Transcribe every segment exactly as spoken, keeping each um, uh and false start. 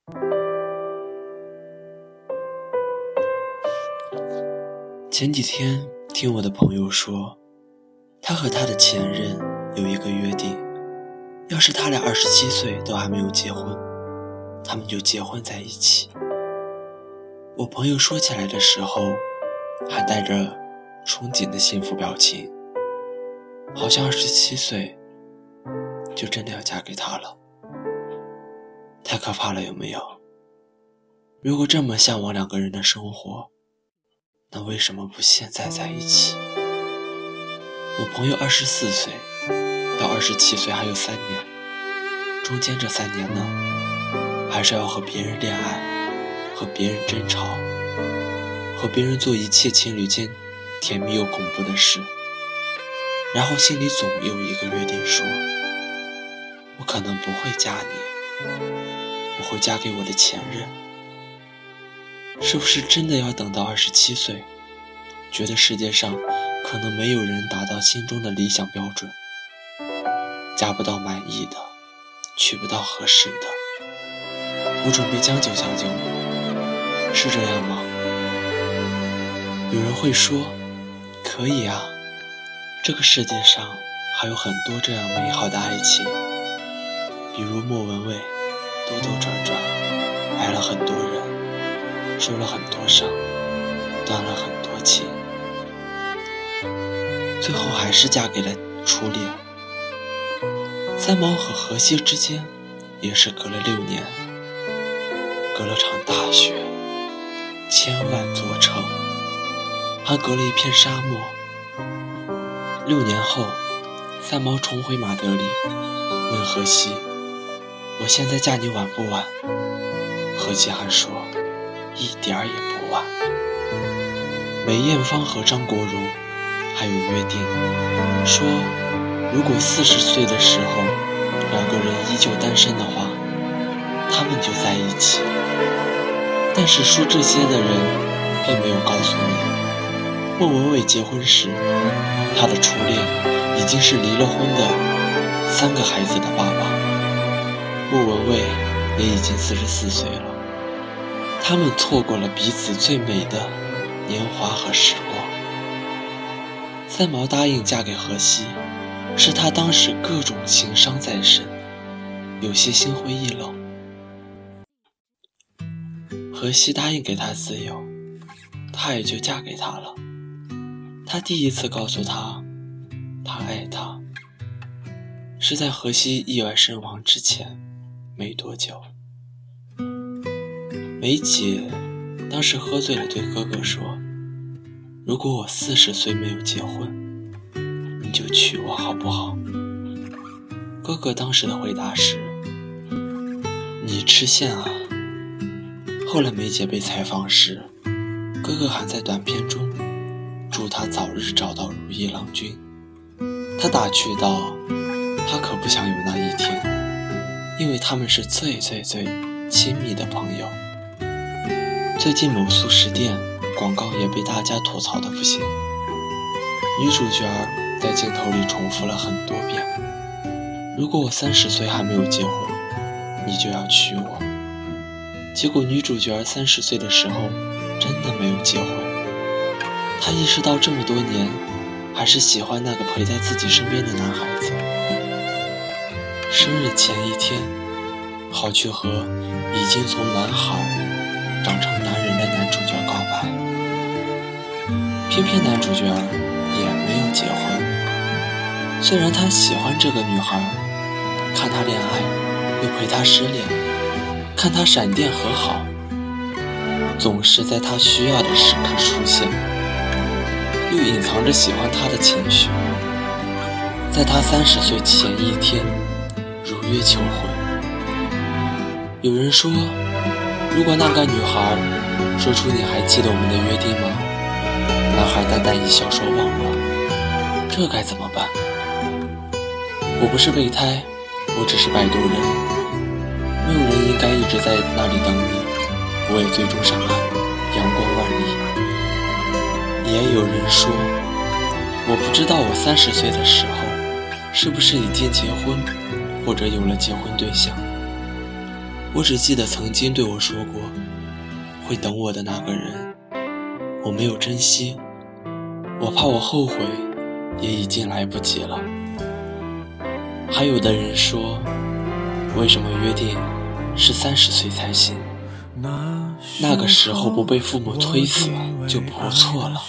前几天听我的朋友说，他和他的前任有一个约定，要是他俩二十七岁都还没有结婚，他们就结婚在一起。我朋友说起来的时候还带着憧憬的幸福表情，好像二十七岁就真的要嫁给他了。太可怕了，有没有？如果这么向往两个人的生活，那为什么不现在在一起？我朋友二十四岁到二十七岁还有三年，中间这三年呢，还是要和别人恋爱，和别人争吵，和别人做一切情侣间甜蜜又恐怖的事，然后心里总有一个约定说，我可能不会嫁你，我会嫁给我的前任。是不是真的要等到二十七岁，觉得世界上可能没有人达到心中的理想标准，嫁不到满意的，娶不到合适的，我准备将就将就，是这样吗？有人会说，可以啊，这个世界上还有很多这样美好的爱情，比如莫文蔚兜兜转转，爱了很多人，受了很多伤，断了很多情，最后还是嫁给了初恋。三毛和荷西之间也是隔了六年，隔了场大雪，千万座城，还隔了一片沙漠。六年后，三毛重回马德里，问荷西，我现在嫁你晚不晚？荷西还说，一点儿也不晚。梅艳芳和张国荣还有约定，说如果四十岁的时候两个人依旧单身的话，他们就在一起。但是说这些的人并没有告诉你，莫文蔚结婚时，她的初恋已经是离了婚的三个孩子的爸爸，莫文蔚也已经四十四岁了。他们错过了彼此最美的年华和时光。三毛答应嫁给荷西，是他当时各种情伤在身，有些心灰意冷。荷西答应给他自由，他也就嫁给他了。他第一次告诉他，他爱他，是在荷西意外身亡之前没多久。梅姐当时喝醉了，对哥哥说，如果我四十岁没有结婚，你就娶我好不好？哥哥当时的回答是，你吃线啊。后来梅姐被采访时，哥哥还在短片中祝她早日找到如意郎君。他打趣道，他可不想有那一天，因为他们是最最最亲密的朋友。最近某速食店广告也被大家吐槽的不行，女主角在镜头里重复了很多遍，如果我三十岁还没有结婚，你就要娶我。结果女主角三十岁的时候真的没有结婚，她意识到这么多年还是喜欢那个陪在自己身边的男孩子。生日前一天，好去和已经从男孩长成男人的男主角告白，偏偏男主角也没有结婚。虽然他喜欢这个女孩，看她恋爱，又陪她失恋，看她闪电和好，总是在她需要的时刻出现，又隐藏着喜欢她的情绪。在她三十岁前一天如约求婚。有人说，如果那个女孩说出你还记得我们的约定吗？男孩淡淡一笑说忘了，这该怎么办？我不是备胎，我只是摆渡人，没有人应该一直在那里等你，我也最终上岸，阳光万里。也有人说，我不知道我三十岁的时候是不是已经结婚，或者有了结婚对象。 我只记得曾经对我说过会等我的那个人，我没有珍惜，我怕我后悔也已经来不及了。还有的人说，为什么约定是三十岁才行？那个时候不被父母推死就不错了。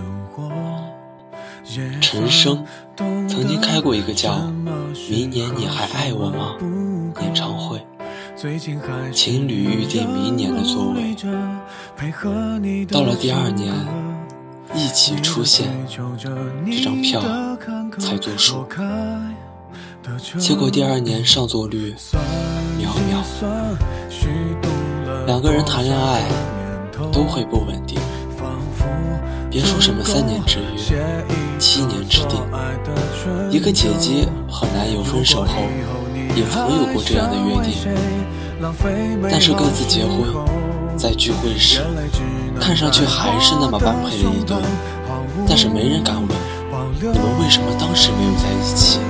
陈升曾经开过一个叫明年你还爱我吗演唱会，情侣预定明年的座位，到了第二年一起出现，这张票才作数。结果第二年上座率渺渺。两个人谈恋爱都会不稳定，别说什么三年之约七年之定。一个姐姐和男友分手后也曾有过这样的约定，但是各自结婚，在聚会时看上去还是那么般配了一对，但是没人敢问你们为什么当时没有在一起。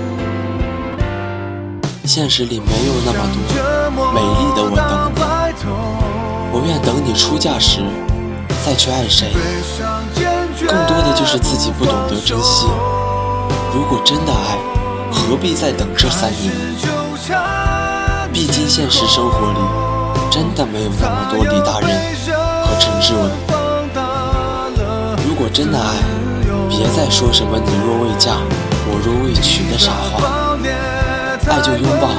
现实里没有那么多美丽的我等你，我愿等你出嫁时再去爱谁，更多的就是自己不懂得珍惜。如果真的爱，何必再等这三年？毕竟现实生活里真的没有那么多李大人和陈志文。如果真的爱，别再说什么你若未嫁我若未娶的傻话。爱就拥抱，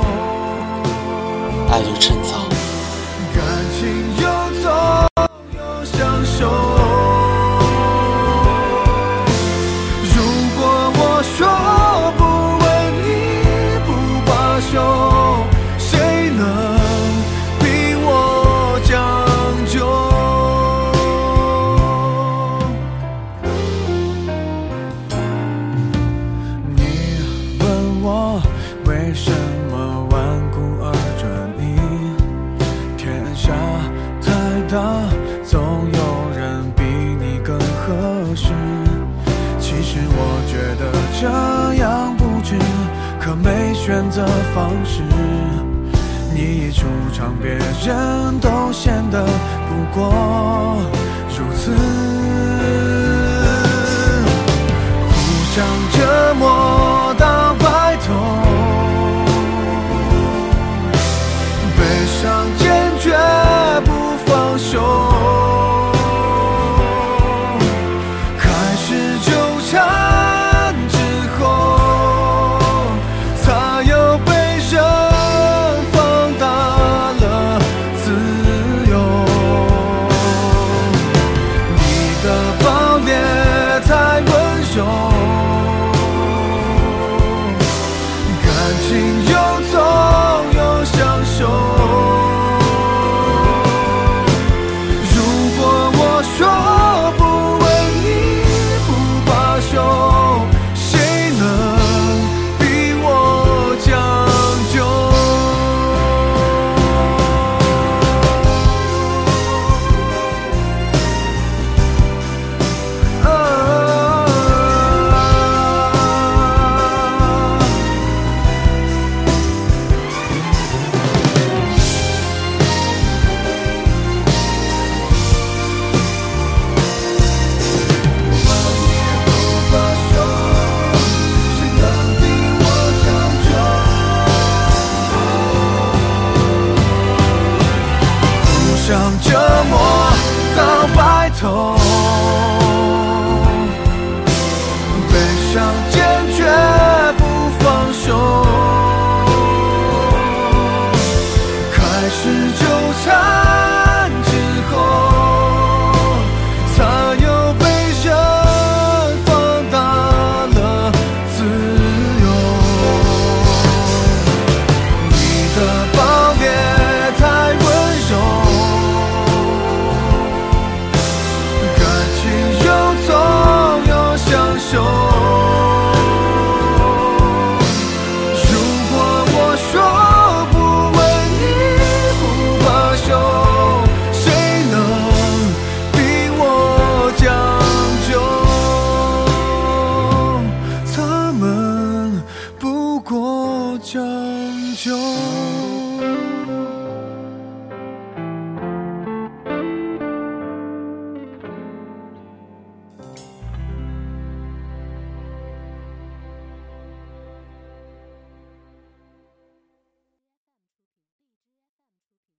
爱就趁早， 感情又痛又享受。如果我说不问你不罢休，谁能逼我将就？你问我为什么顽固而着你？天下太大，总有人比你更合适。其实我觉得这样不值，可没选择方式。你一出场，别人都显得不过如此，互相折磨到白头。悲伤坚决不放手，开始纠缠之后，才又被人放大了自由。你的暴烈太温柔，感情又痛又享受。折磨到白头，悲伤坚决不放手，开始就